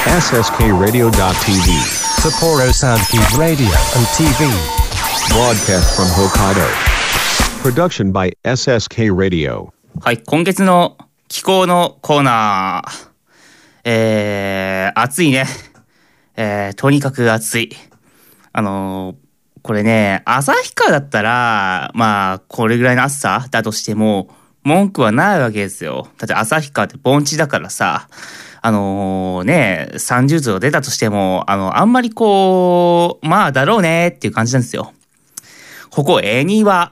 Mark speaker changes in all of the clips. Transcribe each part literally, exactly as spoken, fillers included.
Speaker 1: エスエスケー radio.tv
Speaker 2: Sapporo Soundkeep Radio and ティーブイ
Speaker 1: broadcast from Hokkaido production by エスエスケー radio。
Speaker 3: はい、今月の気候のコーナー、えー、暑いね、えー、とにかく暑い。あのー、これね、旭川だったらまあこれぐらいの暑さだとしても文句はないわけですよ。だって旭川って盆地だからさ、あのー、ねさんじゅうど出たとしてもあのあんまりこうまあだろうねっていう感じなんですよ。ここ恵庭、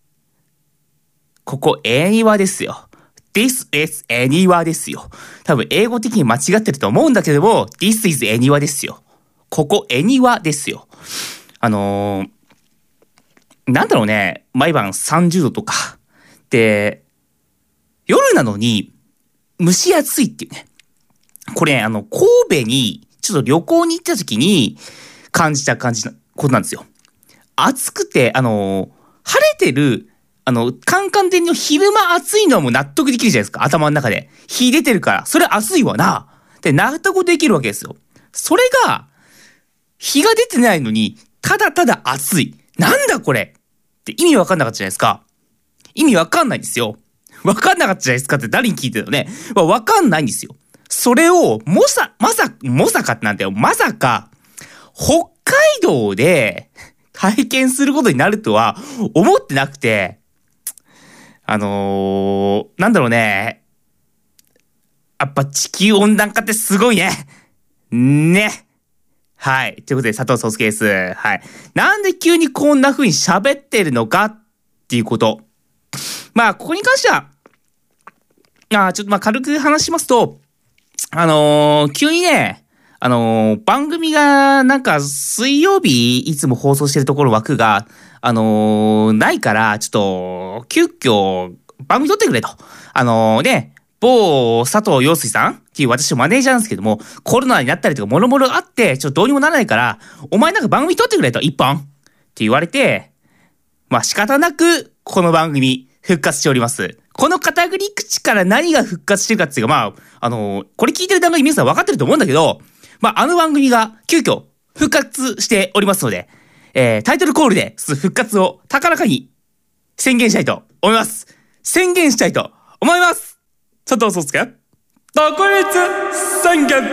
Speaker 3: ここ恵庭ですよ。This is 恵庭ですよ。多分英語的に間違ってると思うんだけども This is 恵庭ですよ。ここ恵庭ですよ。あのー、なんだろうね、毎晩さんじゅうどとかで夜なのに蒸し暑いっていうね。これあの神戸にちょっと旅行に行った時に感じた感じのことなんですよ。暑くてあのー、晴れてるあのカンカン照りの昼間暑いのはもう納得できるじゃないですか。頭の中で火出てるからそれ暑いわなって納得できるわけですよ。それが日が出てないのにただただ暑い、なんだこれって意味わかんなかったじゃないですか。意味わかんないんですよ。わかんなかったじゃないですかって誰に聞いてるのね。わかんないんですよ。それをもさまさもさかってなんだよ。まさか北海道で体験することになるとは思ってなくて、あのー、なんだろうね。やっぱ地球温暖化ってすごいね。ね。はい。ということで、佐藤壮介です。はい。なんで急にこんな風に喋ってるのかっていうこと。まあ、ここに関しては、あちょっとまあ軽く話しますと、あのー、急にね、あのー、番組がなんか水曜日いつも放送してるところ枠が、あのー、ないから、ちょっと、急遽番組撮ってくれと。あのー、ね、某佐藤陽水さんっていう私のマネージャーなんですけども、コロナになったりとかもろもろあって、ちょっとどうにもならないから、お前なんか番組撮ってくれと、一本って言われて、まあ仕方なく、この番組復活しております。この片栗口から何が復活してるかっていうか、まあ、あのー、これ聞いてる段階で皆さん分かってると思うんだけど、まああの番組が急遽復活しておりますので、えー、タイトルコールで復活を高らかに宣言したいと思います。宣言したいと思います。佐藤壮介独立宣言。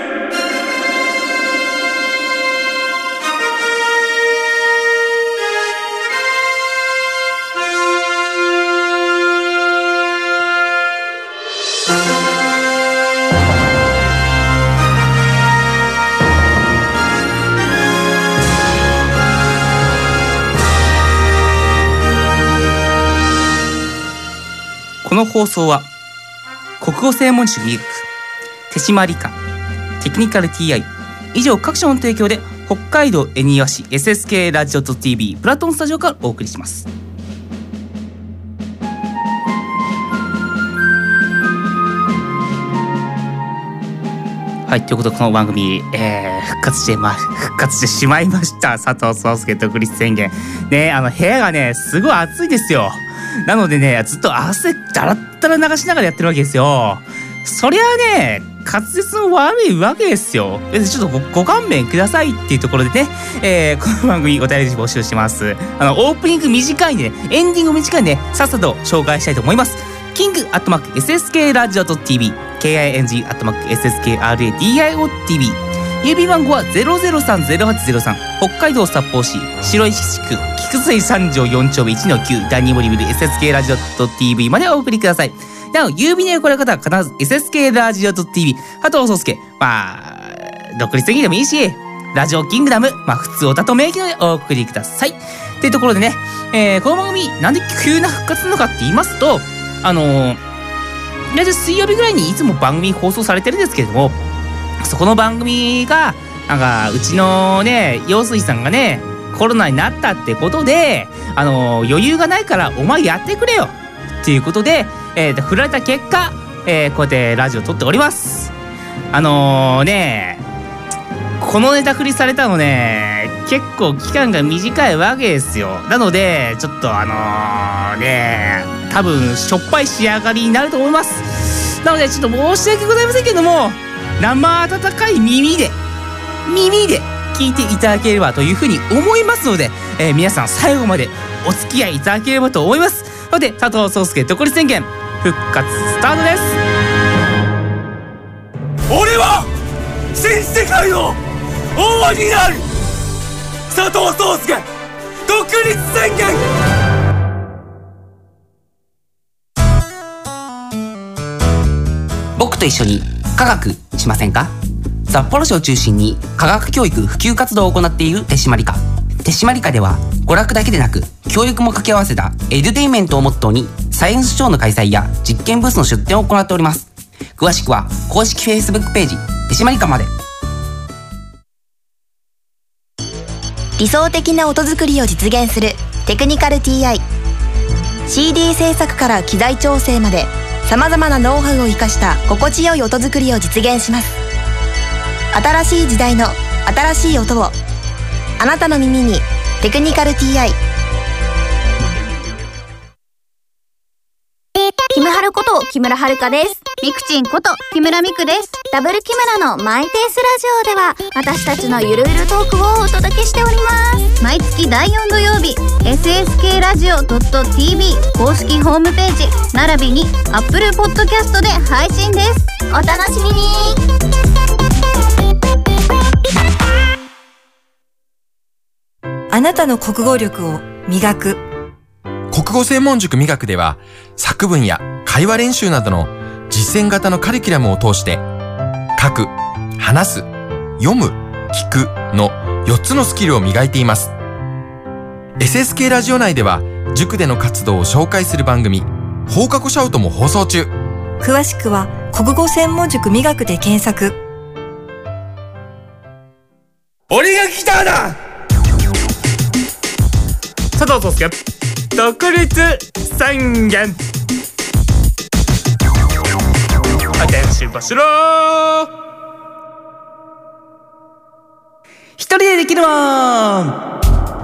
Speaker 3: この放送は国語専門主義学手島理科テクニカル ティーアイ 以上各社の提供で北海道恵庭市 エスエスケー ラジオ .ティーブイ プラトンスタジオからお送りします。はい、ということでこの番組、えー、復活してま復活してしまいました。佐藤壮介独立宣言ね。あの部屋がねすごい暑いですよ。なのでねずっと汗だらったら流しながらやってるわけですよ。そりゃあね滑舌も悪いわけですよ。ちょっと ご, ご勘弁くださいっていうところでね、えー、この番組お便り募集してます。あのオープニング短いんで、ね、エンディング短いんで、ね、さっさと紹介したいと思います。キングアットマーク エスエスケー ラジオ .ティーブイ キング アットマーク エスエスケー ラジオ ティーブイ 郵便番号は ゼロゼロさん ゼロはちゼロさん 北海道札幌市白石地区菊水三条よん丁目 いちのきゅう 第二森ビル エスエスケー ラジオ ティーブイ までお送りください。なお郵便で来られる方は必ず エスエスケー ラジオ ティーブイ 加藤壮介、まあ独立的にでもいいしラジオキングダム、まあ普通おたと名義でお送りくださいっていうところでね、えー、この番組なんで急な復活するのかって言いますと、あのー、大体水曜日ぐらいにいつも番組放送されてるんですけれども、そこの番組がなんかうちのね陽水さんがねコロナになったってことで、あのー、余裕がないからお前やってくれよっていうことで、えー、振られた結果、えー、こうやってラジオ撮っております。あのー、ねこのネタ振りされたのね結構期間が短いわけですよ。なのでちょっとあのー、ね多分しょっぱい仕上がりになると思います。なのでちょっと申し訳ございませんけども、 生温かい耳で耳で聞いていただければというふうに思いますので、えー、皆さん最後までお付き合いいただければと思います。ので佐藤壮介独立宣言復活スタートです。
Speaker 4: 俺は新世界の王になる佐藤壮介独立宣言。
Speaker 5: 僕と一緒に科学しませんか？札幌市を中心に科学教育普及活動を行っている手締まり課。手締まり課では娯楽だけでなく教育も掛け合わせたエデュテインメントをモットーにサイエンスショーの開催や実験ブースの出展を行っております。詳しくは公式 Facebook ページ手締まり課まで。
Speaker 6: 理想的な音作りを実現するテクニカル ティーアイ。 シーディー 制作から機材調整までさまざまなノウハウを生かした心地よい音作りを実現します。新しい時代の新しい音をあなたの耳に。テクニカル ティーアイ。
Speaker 7: キムハルこと木村遥です。ミクチンこと木村ミクです。ダブル木村のマイペースラジオでは私たちのゆるゆるトークをお届けしております。毎月だいよん土曜日 エスエスケーラジオ ドットティービー 公式ホームページ並びに Apple Podcast で配信です。お楽しみに。
Speaker 8: あなたの国語力を磨く。
Speaker 9: 国語専門塾磨くでは、作文や会話練習などの実践型のカリキュラムを通して、書く、話す、読む、聞くのよっつのスキルを磨いています。エスエスケー ラジオ内では、塾での活動を紹介する番組、放課後シャウトも放送中。
Speaker 8: 詳しくは、国語専門塾磨くで検索。
Speaker 4: 俺が来たな。
Speaker 3: 佐藤壮介独立宣言。天使柱一人でできるもん。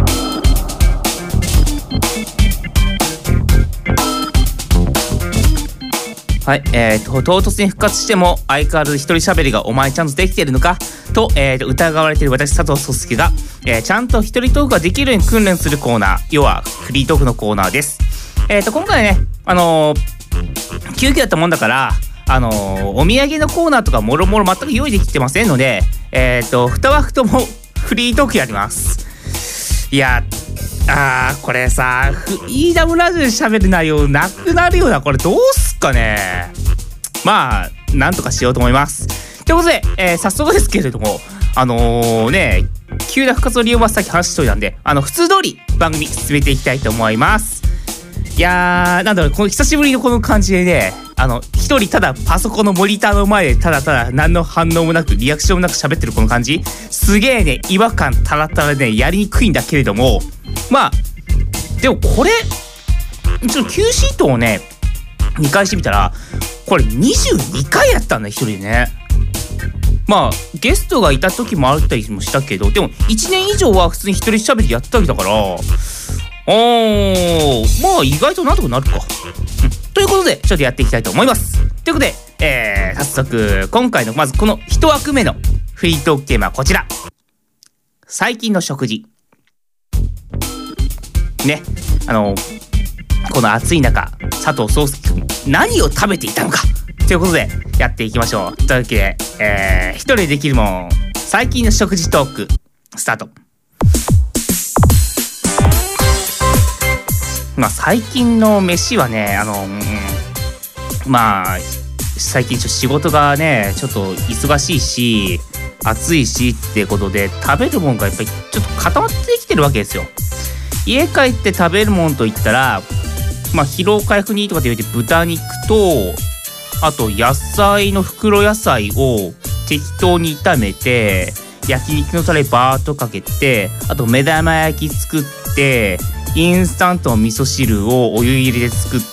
Speaker 3: はい、えーと、唐突に復活しても相変わらず一人喋りがお前ちゃんとできてるのかと、えーと疑われている私佐藤壮介が、えー、ちゃんと一人トークができるように訓練するコーナー、要はフリートークのコーナーです。えーと今回ね、あのー、急遽やったもんだからあのー、お土産のコーナーとかもろもろ全く用意できてませんので、えーとに枠ともフリートークやります。いやあーこれさ イーダブリュー ラジオで喋る内容なくなるような、これどうすっかね。まあなんとかしようと思います。ということで、えー、早速ですけれども、あのー、ね急な復活の理由はさっき話しといたんで、あの普通通り番組進めていきたいと思います。いやーなんだろう、この久しぶりのこの感じでね、あの一人ただパソコンのモニターの前でただただ何の反応もなくリアクションもなく喋ってるこの感じ、すげえね違和感たらたらでねやりにくいんだけれども、まあでもこれちょっと Q シートをね見返してみたらこれにじゅうにかいやったんだ一人でね。まあゲストがいた時もあったりもしたけど、でもいちねん以上は普通に一人喋りやったわけだから、おーまあ意外となんとかなるか、うん、ということでちょっとやっていきたいと思います。ということで、えー、早速今回のまずこのいち枠目のフリートークテーマはこちら、最近の食事ね。あのこの暑い中佐藤壮介君何を食べていたのかということでやっていきましょう。というわけで、えー、一人でできるもん最近の食事トークスタート。まあ最近の飯はね、あの、うん、まあ最近ちょっと仕事がねちょっと忙しいし暑いしってことで食べるもんがやっぱりちょっと固まってきてるわけですよ。家帰って食べるもんといったら、まあ疲労回復にとかで言うて豚肉と、あと野菜の袋野菜を適当に炒めて焼肉のタレバーっとかけて、あと目玉焼き作ってインスタントの味噌汁をお湯入りで作って、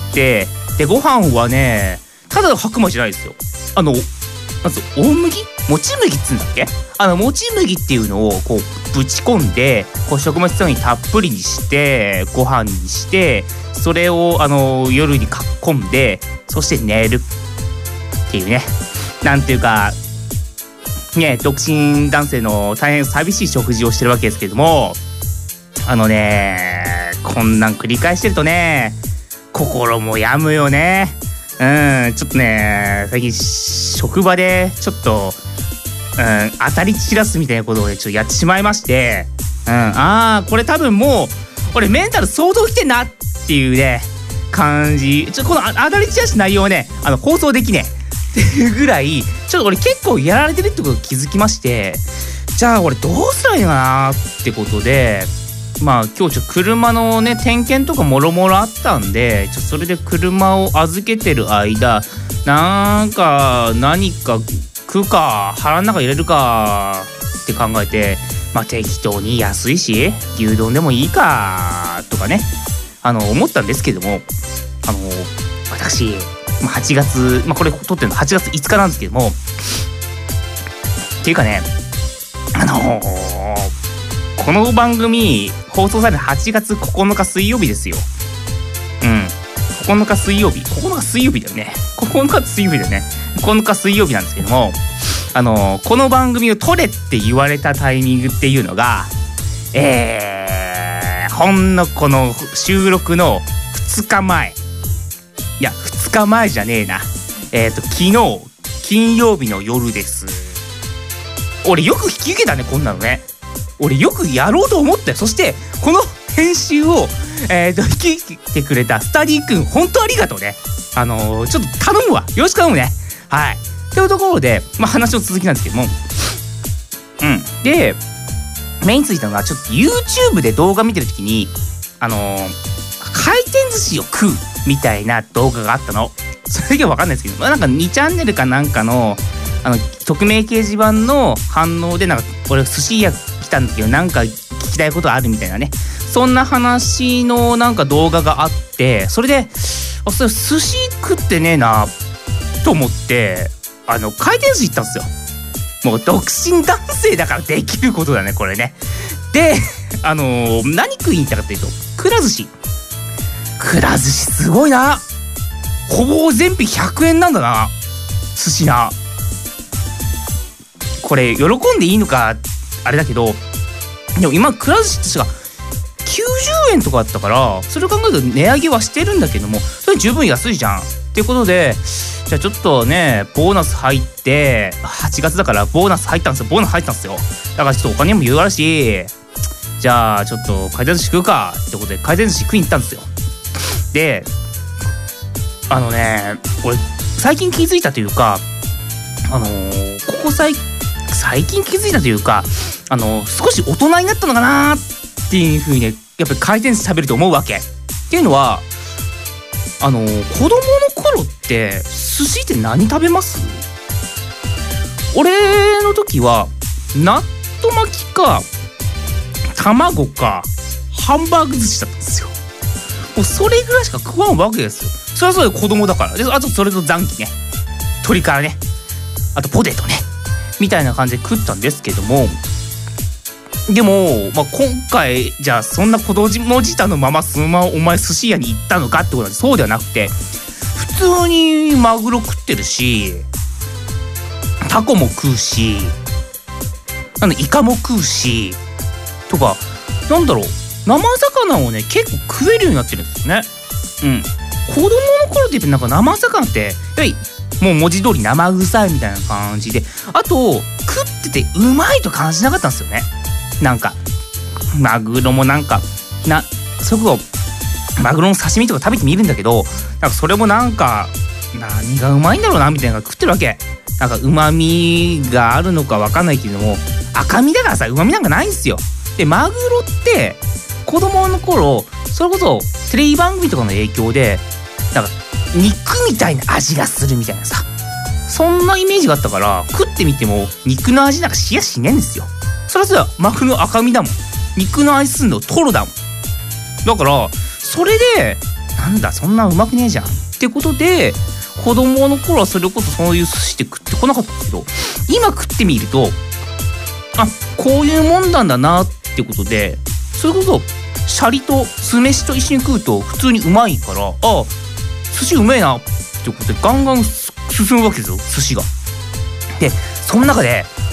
Speaker 3: でご飯はねただの白米じゃないですよ。あのまず大麦もち麦っつうんだっけ、あのもち麦っていうのをこうぶち込んで、こう食物繊維にたっぷりにしてご飯にして、それをあの夜にかっこんで、そして寝るっていうね、なんていうかね、独身男性の大変寂しい食事をしてるわけですけれども、あのね、こんなん繰り返してるとね、心も病むよね。うん、ちょっとね、最近職場でちょっと、うん、当たり散らすみたいなことを、ね、ちょっとやってしまいまして、うん、あーこれ多分もう俺メンタル相当きてんなっていうね感じ。ちょっとこの当たり散らす内容をね、あの放送できねえっていうぐらいちょっと俺結構やられてるってことを気づきまして、じゃあ俺どうすりゃいいのかなってことで、まあ今日ちょっと車のね点検とかもろもろあったんで、ちょそれで車を預けてる間なんか何か食うか腹の中入れるかって考えて、まあ適当に安いし牛丼でもいいかとかね、あの思ったんですけども、あの私はちがつ、まあこれ撮ってるのはちがついつかなんですけども、っていうかね、あのー、この番組放送されるはちがつここのか水曜日ですよ。うんここのか水曜日ここのか水曜日だよねここのか水曜日だよねここのか水曜日なんですけども、あのー、この番組を撮れって言われたタイミングっていうのがえーほんのこの収録のふつかまえ、いやふつかまえじゃねえな、えっと昨日金曜日の夜です。俺よく引き受けたねこんなのね。俺よくやろうと思ったよ。そしてこの編集を、えー、と引き受けてくれたスタディ君本当ありがとうね。あのー、ちょっと頼むわ、よろしく頼むね。はいというところで、まあ、話の続きなんですけども、うんで目についたのがちょっと YouTube で動画見てる時にあのー、回転寿司を食うみたいな動画があったの。それだけは分かんないですけど、まあ、なんかにチャンネルかなんかのあの匿名掲示板の反応でなんか俺寿司屋来たんだけどなんか聞きたいことあるみたいなね、そんな話のなんか動画があって、それであそれ寿司食ってねえなと思ってあの回転寿司行ったんですよ。もう独身男性だからできることだねこれね。であのー、何食いに行ったかっていうとくら寿司。くら寿司すごいな、ほぼ全品ひゃくえんなんだな寿司な。これ喜んでいいのかあれだけど、でも今くら寿司ってしかきゅうじゅうえんとかあったから、それを考えると値上げはしてるんだけども、それ十分安いじゃんっていうことで、じゃあちょっとねボーナス入ってはちがつだからボーナス入ったんですよ。ボーナス入ったんですよ。だからちょっとお金も余裕あるし、じゃあちょっと回転寿司食うかってことで回転寿司食いに行ったんですよ。であのね俺最近気づいたというか、あのー、ここ最最近気づいたというか、あのー、少し大人になったのかなっていう風にねやっぱり回転寿司食べると思うわけ。っていうのはあのー、子供の頃って寿司って何食べます？俺の時は納豆巻きか卵かハンバーグ寿司だったんですよ。もうそれぐらいしか食わんわけですよ。それはそれ子供だから。であとそれと残機ね、鶏からね、あとポテトねみたいな感じで食ったんですけども、でも、まあ、今回じゃあそんな子供舌のままそのままお前寿司屋に行ったのかってことはそうではなくて、普通にマグロ食ってるしタコも食うしなんだイカも食うしとか、なんだろう生魚をね結構食えるようになってるんですよね。うん子供の頃ってなんか生魚ってやいもう文字通り生臭いみたいな感じで、あと食っててうまいと感じなかったんですよね。なんかマグロもなんかなそれこそマグロの刺身とか食べてみるんだけど、なんかそれもなんか何がうまいんだろうなみたいなのが食ってるわけ。なんかうまみがあるのかわかんないけども赤身だからさうまみなんかないんですよ。でマグロって子供の頃それこそテレビ番組とかの影響でなんか肉みたいな味がするみたいなさ、そんなイメージがあったから食ってみても肉の味なんかしやしねえんですよ。そりゃそうだマグロの赤身だもん、肉の味すんのトロだもん。だからそれでなんだそんなうまくねえじゃんってことで子供の頃はそれこそそういう寿司って食ってこなかったんですけど、今食ってみるとあこういうもんなんだなってことで、それこそシャリと酢飯と一緒に食うと普通にうまいから、あ寿司うめえなってことでガンガン進むわけですよ寿司が。でその中で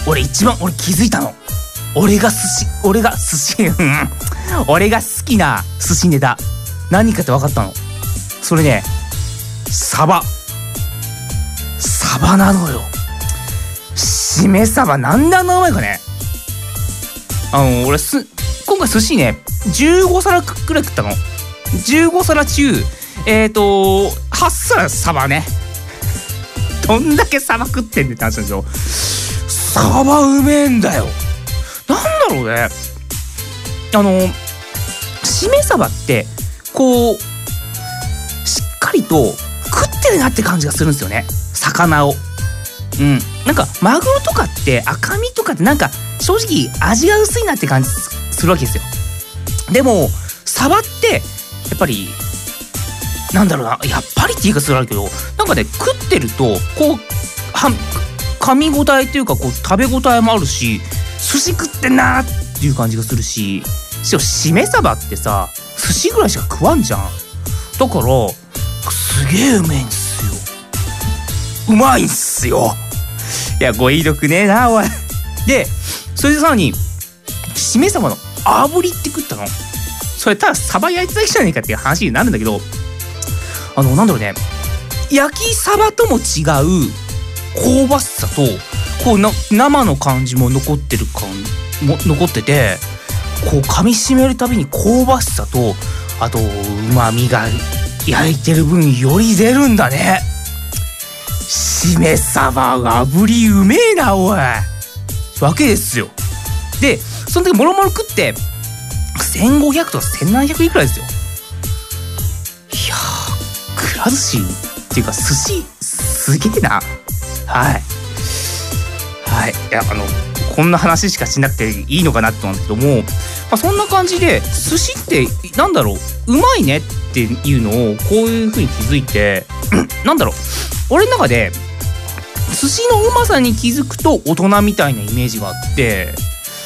Speaker 3: 俺一番俺気づいたの。俺が寿司俺が寿司俺が好きな寿司ネタ何かって分かったの。それね、サバサバなのよ。しめサバ、なんであんなうまいかね。あの俺す今回寿司ねじゅうごさらくらい食ったの。じゅうごさら中えーとはちさらサバね。どんだけサバ食ってんねって話なんですよ。サバうめえんだよ。なんだろうね、あのしめサバってこうしっかりと食ってるなって感じがするんですよね、魚を。うんなんかマグロとかって赤身とかってなんか正直味が薄いなって感じするわけですよ。でもサバってやっぱりなんだろうな、やっぱりって言い方するあるけど、なんかね食ってるとこうは噛み応えというかこう食べ応えもあるし、寿司食ってんなーっていう感じがするし、しかもしめサバってさ寿司ぐらいしか食わんじゃん。だからすげえうめえんすよ。うまいんすよ。いや語彙力ねえなおい。でそれでさらにしめサバの炙りって食ったの。それただサバ焼いてただけじゃねえかっていう話になるんだけど、あのなんだろうね、焼きサバとも違う香ばしさとこうな生の感じも残ってる感も残ってて、こう噛み締めるたびに香ばしさとあとうまみが焼いてる分より出るんだね。しめサバ炙りうめえなおいわけですよ。でその時もろもろ食ってせんごひゃくとかせんななひゃくいくらですよ。いやーくら寿司っていうか寿司すげえな。はいはい、いやあのこんな話しかしなくていいのかなと思うんですけども、まあ、そんな感じで寿司ってなんだろううまいねっていうのをこういう風に気づいてなんだろう俺の中で寿司のうまさに気づくと大人みたいなイメージがあって、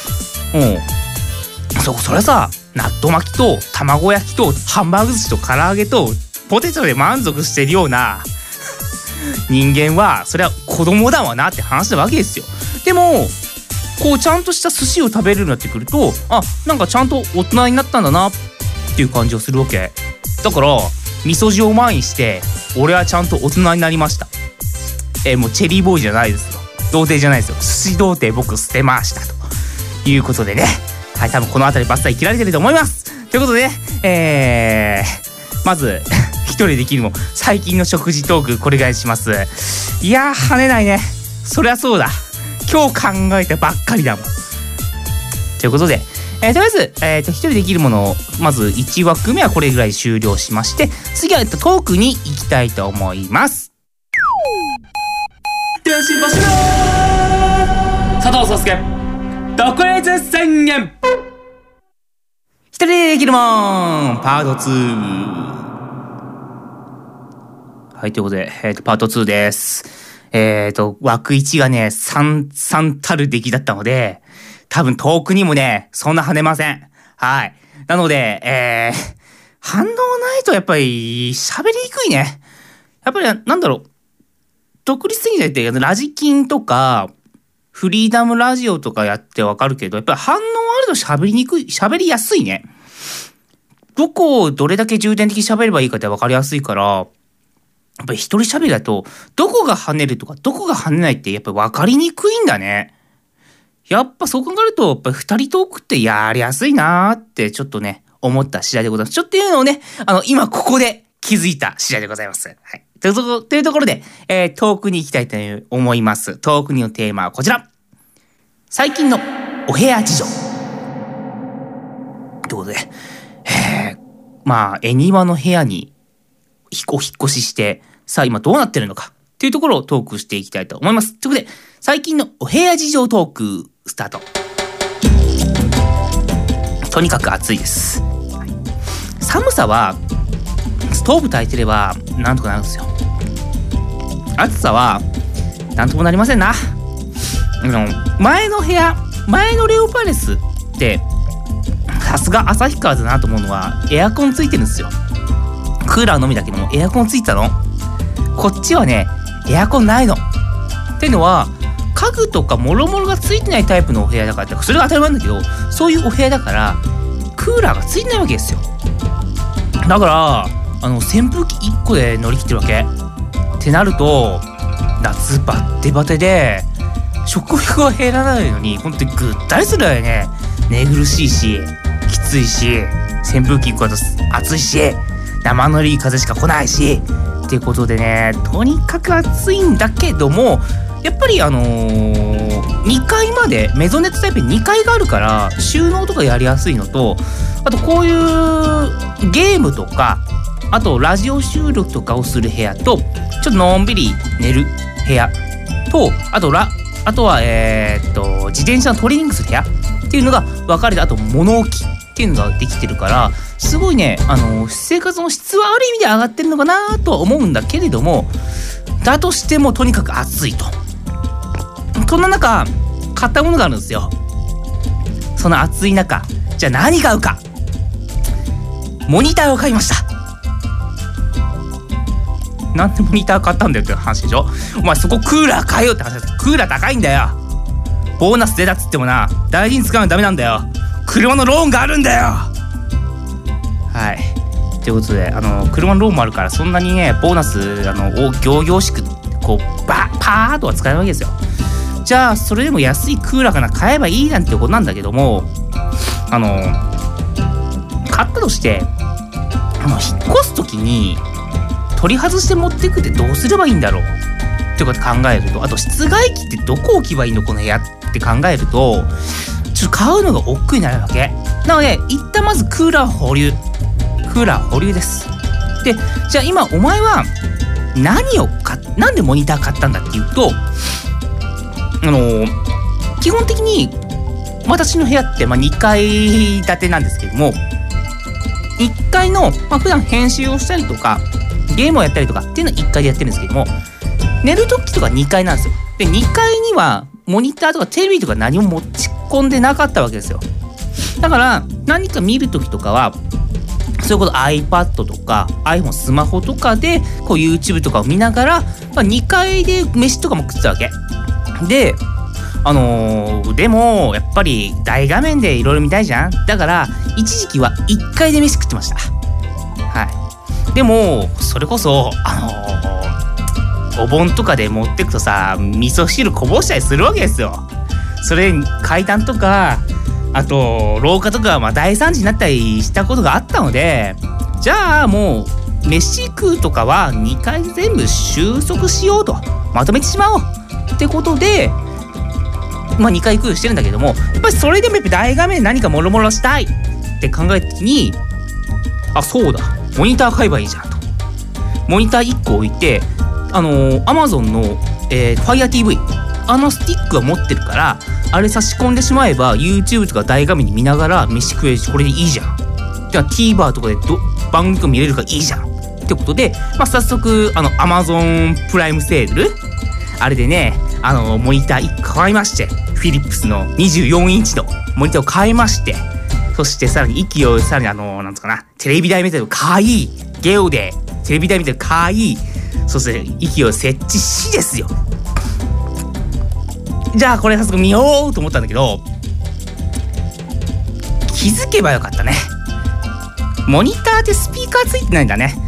Speaker 3: うんそそれさ納豆巻きと卵焼きとハンバーグ寿司と唐揚げとポテトで満足してるような人間はそれは子供だわなって話なわけですよ。でもこうちゃんとした寿司を食べれるようになってくると、あなんかちゃんと大人になったんだなっていう感じがするわけだから、味噌汁を前にして俺はちゃんと大人になりました。えー、もうチェリーボーイじゃないですよ、童貞じゃないですよ、寿司童貞僕捨てましたということでね、はい多分この辺りバッサリ切られてると思います。ということで、えー、まず一人できるも最近の食事トークこれぐらいにします。いやー跳ねないね、そりゃそうだ今日考えたばっかりだもん。ということで、えー、とりあえず、えー、と一人できるものをまずいち枠目はこれぐらい終了しまして、次は、えっと、トークに行きたいと思います。佐藤壮介独立宣言一人でできるもんパートツー。はいということで、えー、とパートツーです。えっ、ー、と枠いちがねさんたる出来だったので多分トークにもねそんな跳ねません。はいなので、えー、反応ないとやっぱり喋りにくいね。やっぱりなんだろう独立宣言ってラジキンとかフリーダムラジオとかやってわかるけど、やっぱり反応あると喋りにくい、喋りやすいね。どこをどれだけ重点的に喋ればいいかってわかりやすいから、やっぱり一人喋りだとどこが跳ねるとかどこが跳ねないってやっぱりわかりにくいんだね。やっぱそう考えるとやっぱり二人トークってやりやすいなーってちょっとね思った次第でございます。ちょっというのをねあの今ここで気づいた次第でございます。はい。というところ、というところで、えー、トークに行きたいと思います。トークにのテーマはこちら。最近のお部屋事情。ということで、えー、まあ、恵庭の部屋にお引っ越しして、さあ今どうなってるのかっていうところをトークしていきたいと思います。ということで、最近のお部屋事情トークスタート。とにかく暑いです。はい、寒さはストーブ焚いてればなんとかなるんですよ。暑さはなんともなりませんな。前の部屋前のレオパレスってさすが旭川だなと思うのはエアコンついてるんですよ。クーラーのみだけどもエアコンついてたの。こっちはねエアコンないの。っていうのは家具とかもろもろがついてないタイプのお部屋だから、それが当たり前なんだけど、そういうお部屋だからクーラーがついてないわけですよ。だからあの扇風機いっこで乗り切ってるわけってなると、夏バッテバテで食欲は減らないのに本当にぐったりするわよね。寝苦しいしきついし、扇風機いっこだと暑いし、生ぬるい風しか来ないしっていうことでね、とにかく暑いんだけども、やっぱりあのー、にかいまでメゾネットタイプににかいがあるから収納とかやりやすいのと、あとこういうゲームとか、あとラジオ収録とかをする部屋と、ちょっとのんびり寝る部屋と、あとラあとはえー、っと自転車のトレーニングする部屋っていうのが分かれて、あと物置っていうのができてるから、すごいね、あの生活の質はある意味で上がってるのかなとは思うんだけれども、だとしてもとにかく暑いと。そんな中買ったものがあるんですよ。その暑い中、じゃあ何買うか。モニターを買いました。なんでモニター買ったんだよって話でしょ。お前そこクーラー買えよって話だ。クーラー高いんだよ。ボーナス出たっつってもな、大事に使うのダメなんだよ。車のローンがあるんだよ。はい、ということで、あの車のローンもあるから、そんなにねボーナスあの仰々しくこうバパーッとは使えないわけですよ。じゃあそれでも安いクーラーかな買えばいいなんてことなんだけども、あの買ったとしてあの引っ越す時に取り外して持ってくってどうすればいいんだろうってこと考えると、あと室外機ってどこ置けばいいのこの部屋って考えると、ちょっと買うのが億劫になるわけなので、一旦まずクーラー保留クーラー保留です。で、じゃあ今お前は何を買っなんでモニター買ったんだっていうと、あのー、基本的に私の部屋って、まあ、にかい建てなんですけども、いっかいの、まあ、普段編集をしたりとかゲームをやったりとかっていうのはいっかいでやってるんですけども、寝る時とかにかいなんですよ。でにかいにはモニターとかテレビとか何も持ち込んでなかったわけですよ。だから何か見る時とかはそれこそ iPad とか iPhone スマホとかでこう YouTube とかを見ながら、まあ、にかいで飯とかも食ってたわけで、あのー、でもやっぱり大画面でいろいろ見たいじゃん。だから一時期はいっかいで飯食ってました。はい。でもそれこそあのー、お盆とかで持ってくとさ、味噌汁こぼしたりするわけですよ。それ階段とかあと廊下とかまあ大惨事になったりしたことがあったので、じゃあもう飯食うとかはにかい全部収束しようと、まとめてしまおうってことで、まあにかい食うしてるんだけども、やっぱりそれでもやっぱ大画面何かもろもろしたいって考えた時に、あ、そうだ、モニター買えばいいじゃんと。モニターいっこ置いて、あのー、Amazon の、えー、Fire ティーブイ あのスティックは持ってるから、あれ差し込んでしまえば YouTube とか大画面に見ながら飯食えるし、これでいいじゃん。じゃあ TVer とかでど番組とか見れるからいいじゃんってことで、まあ、早速あの Amazon プライムセールあれでね、あのモニターいっこ買いまして、フィリップスのにじゅうよんインチのモニターを買いまして、そしてさらに息をさらにあのなんつうかな、テレビ台みたいなの買い、ゲオでテレビ台みたいなの買い、そして息を設置しですよ。じゃあこれ早速見ようと思ったんだけど、気づけばよかったね。モニターってスピーカーついてないんだね。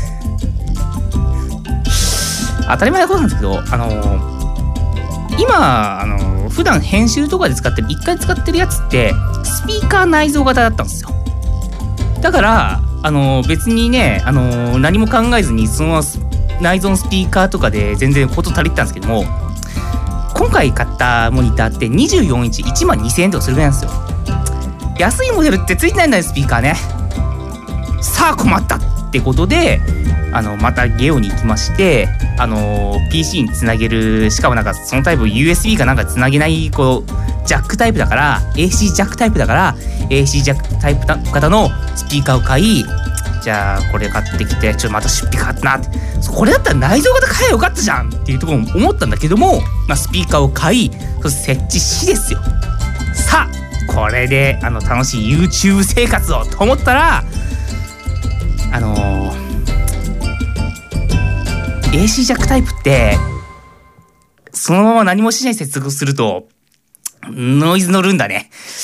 Speaker 3: 当たり前なことなんですけど、あのー、今、あのー、普段編集とかで使ってるいっかい使ってるやつってスピーカー内蔵型だったんですよ。だから、あのー、別にね、あのー、何も考えずにその内蔵のスピーカーとかで全然こと足りてたんですけども、今回買ったモニターってにじゅうよんインチいちまんにせんえんとかするぐらいなんですよ。安いモデルってついてないんだよ、スピーカーね。さあ困ったってことで、あのまたゲオに行きまして、あの ピーシー につなげる、しかもなんかそのタイプ ユーエスビー かなんかつなげないこうジャックタイプだから エーシー ジャックタイプだから エーシー ジャックタイプ型のスピーカーを買い、じゃあこれ買ってきて、ちょっとまた出費かかったなって、これだったら内蔵型買えばよかったじゃんっていうところも思ったんだけども、まあ、スピーカーを買い、そして設置しですよ。さあこれであの楽しい YouTube 生活をと思ったら、あのー、エーシー ジャックタイプってそのまま何もしない接続すると、ノイズ乗るんだね。いや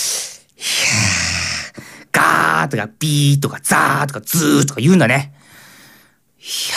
Speaker 3: ー、ガーとかビーとかザーとかズーとか言うんだね。いや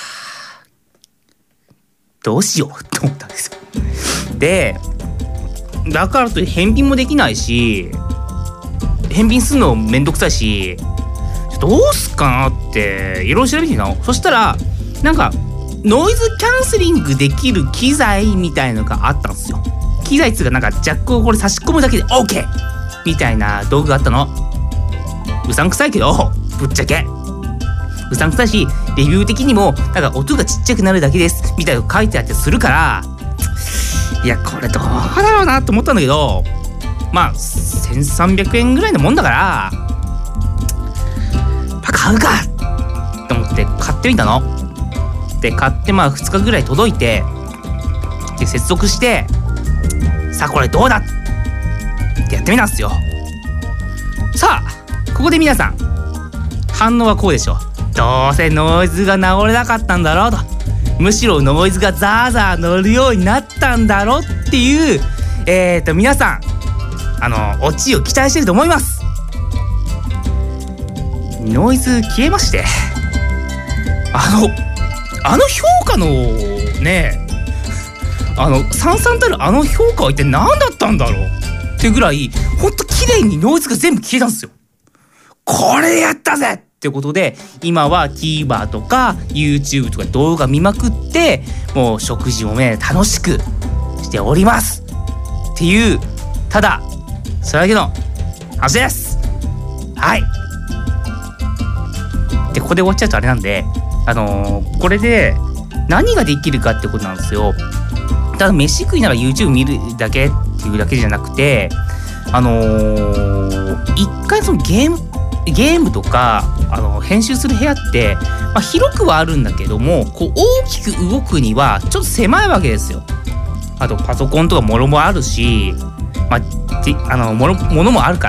Speaker 3: ー、どうしようって思ったんですよ。で、だからといって返品もできないし、返品するのめんどくさいし、どうすっかなっていろいろ調べてみたの。そしたらなんかノイズキャンセリングできる機材みたいのがあったんですよ。機材っつうかなんかジャックをこれ差し込むだけで OK みたいな道具があったの。うさんくさいけどぶっちゃけうさんくさいし、レビュー的にもなんか音がちっちゃくなるだけですみたいなの書いてあってするから、いやこれどうだろうなと思ったんだけど、まあせんさんびゃくえんぐらいのもんだから、まあ、買うかと思って買ってみたの。で買ってまあふつかぐらい届いて、で接続して、さあこれどうだってやってみたんですよ。さあここで皆さん反応はこうでしょう。どうせノイズが治れなかったんだろうと、むしろノイズがザーザー乗るようになったんだろうっていう、えーと皆さんあのオチを期待してると思います。ノイズ消えまして、あのあの評価のね、あのさんさんたるあの評価は一体何だったんだろうっていうぐらいほんと綺麗にノイズが全部消えたんですよ。これやったぜってことで、今は TVer とか YouTube とか動画見まくって、もう食事もね楽しくしておりますっていう、ただそれだけの話です。はい。でここで終わっちゃうとあれなんで、あのー、これで何ができるかってことなんですよ。ただ飯食いなら YouTube 見るだけっていうだけじゃなくて、あのー、一回そのゲームゲームとかあの編集する部屋って、まあ、広くはあるんだけども、こう大きく動くにはちょっと狭いわけですよ。あとパソコンとかもろもあるし、まあ、あのもろものもあるから。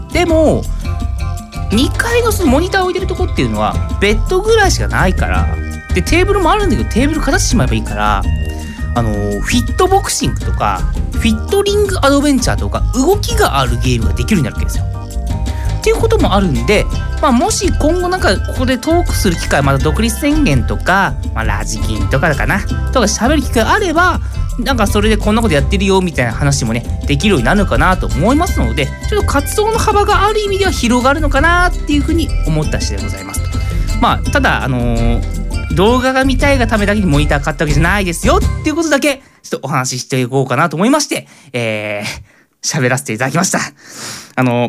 Speaker 3: でもにかいのそのモニターを置いてるとこっていうのはベッドぐらいしかないから、でテーブルもあるんだけどテーブルかざしてしまえばいいから、あのフィットボクシングとかフィットリングアドベンチャーとか動きがあるゲームができるようになるわけですよ。っていうこともあるんで、まあ、もし今後なんかここでトークする機会、また独立宣言とか、まあ、ラジキンとかかなとか喋る機会あれば、なんかそれでこんなことやってるよみたいな話もねできるようになるのかなと思いますので、ちょっと活動の幅がある意味では広がるのかなっていうふうに思った次第でございます。まあただあのー、動画が見たいがためだけにモニター買ったわけじゃないですよっていうことだけちょっとお話ししていこうかなと思いまして、えー、喋らせていただきました。あのー、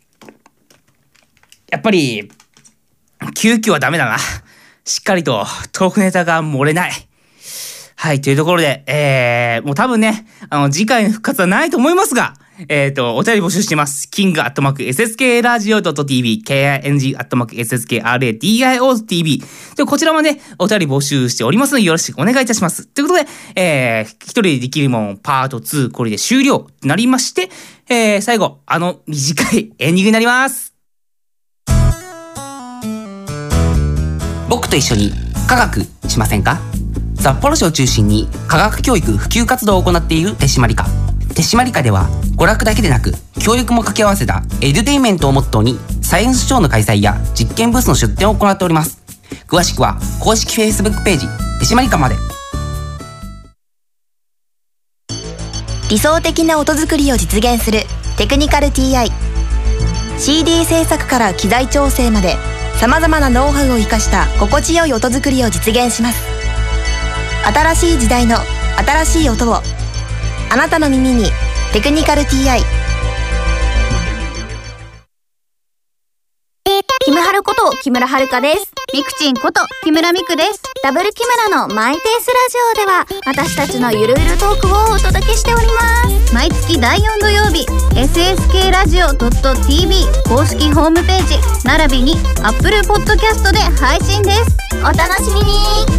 Speaker 3: やっぱり急遽はダメだな。しっかりとトークネタが漏れない。はい、というところで、えー、もう多分ね、あの、次回の復活はないと思いますが、えっと、お便り募集しています。キングアットマーク エスエスケーラジオドットティービー、キング アットマーク エスエスケーアールエーディーアイオー ティービー。で、こちらもね、お便り募集しておりますので、よろしくお願いいたします。ということで、えー、一人でできるもん、パートツー、これで終了となりまして、えー、最後、あの、短いエンディングになります。
Speaker 5: 僕と一緒に科学しませんか？札幌市を中心に科学教育普及活動を行っている手締まり課。手締まり課では娯楽だけでなく教育も掛け合わせたエデュテインメントをモットーにサイエンスショーの開催や実験ブースの出展を行っております。詳しくは公式 Facebook ページ手締まり課まで。
Speaker 6: 理想的な音作りを実現するテクニカル ティーアイ。 シーディー 制作から機材調整までさまざまなノウハウを生かした心地よい音作りを実現します。新しい時代の新しい音をあなたの耳に。テクニカル ティーアイ。
Speaker 7: キムハルこと木村遥です。ミクチンこと木村ミクです。ダブル木村のマイペースラジオでは私たちのゆるゆるトークをお届けしております。毎月だいよん土曜日 エスエスケーラジオドットティービー 公式ホームページ並びに Apple Podcast で配信です。お楽しみに。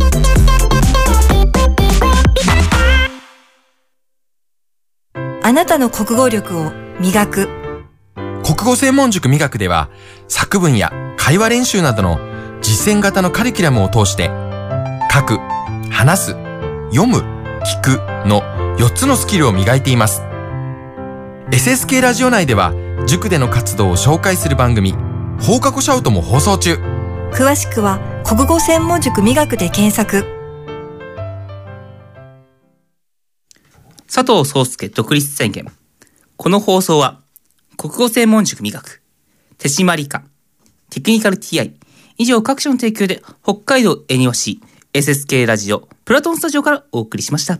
Speaker 8: あなたの国語力を磨く。
Speaker 9: 国語専門塾磨くでは、作文や会話練習などの実践型のカリキュラムを通して、書く、話す、読む、聞くのよっつのスキルを磨いています。 エスエスケー ラジオ内では塾での活動を紹介する番組放課後シャウトも放送中。
Speaker 8: 詳しくは国語専門塾磨くで検索。
Speaker 3: 佐藤壮介独立宣言。この放送は国語専門塾磨く、手締理科、テクニカル ティーアイ 以上各社の提供で北海道恵庭市 エスエスケー ラジオプラトンスタジオからお送りしました。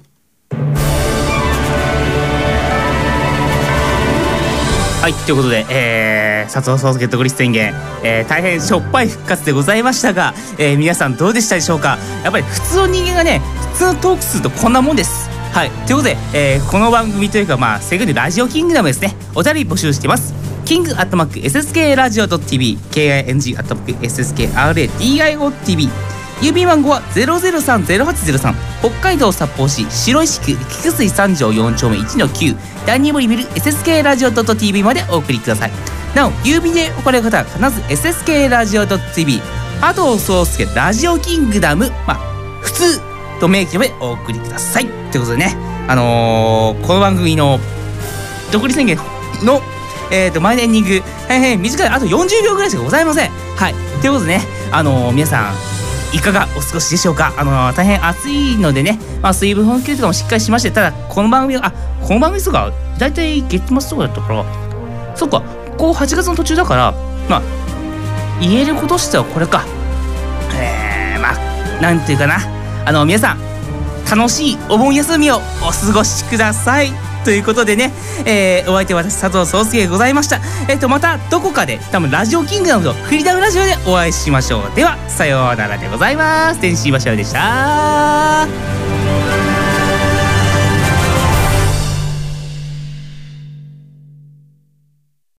Speaker 3: はい、ということで、えー、佐藤壮介独立宣言、えー、大変しょっぱい復活でございましたが、えー、皆さんどうでしたでしょうか。やっぱり普通の人間がね、普通のトークするとこんなもんです。はい、ということで、えー、この番組というか、まあ正確にラジオキングダムですね、お便り募集しています。キングアットマーク エスエスケー ラジオ .tv、 キング アットマーク エスエスケー アールエーディーアイオーティービー、 郵便番号は ゼロゼロさんゼロはちゼロさん、 北海道札幌市白石区菊水三条よん丁目 いちのきゅう、 第二森ビル エスエスケー ラジオ .tv までお送りください。なお郵便でお送りの方は必ず エスエスケー ラジオ .tv 佐藤壮介ラジオキングダム、まあ普通と明記でお送りください。ということでね、あのー、この番組の独立宣言の、えー、と前のエンディング、はいはい、短い、あとよんじゅうびょうぐらいしかございません。はい、ということでね、あのー、皆さんいかがお過ごしでしょうか。あのー、大変暑いのでね、まあ、水分補給とかもしっかりしまして、ただこの番組はあこの番組とかだいたい月末とかだったから、そっか、こうはちがつの途中だから、まあ言えることとしてはこれか、えー、まあなんていうかな、あの皆さん楽しいお盆休みをお過ごしくださいということでね、えー、お相手は私佐藤壮介でございました。えっとまたどこかで多分ラジオキングダムとフリーダムラジオでお会いしましょう。ではさようならでございます。天使馬車でした。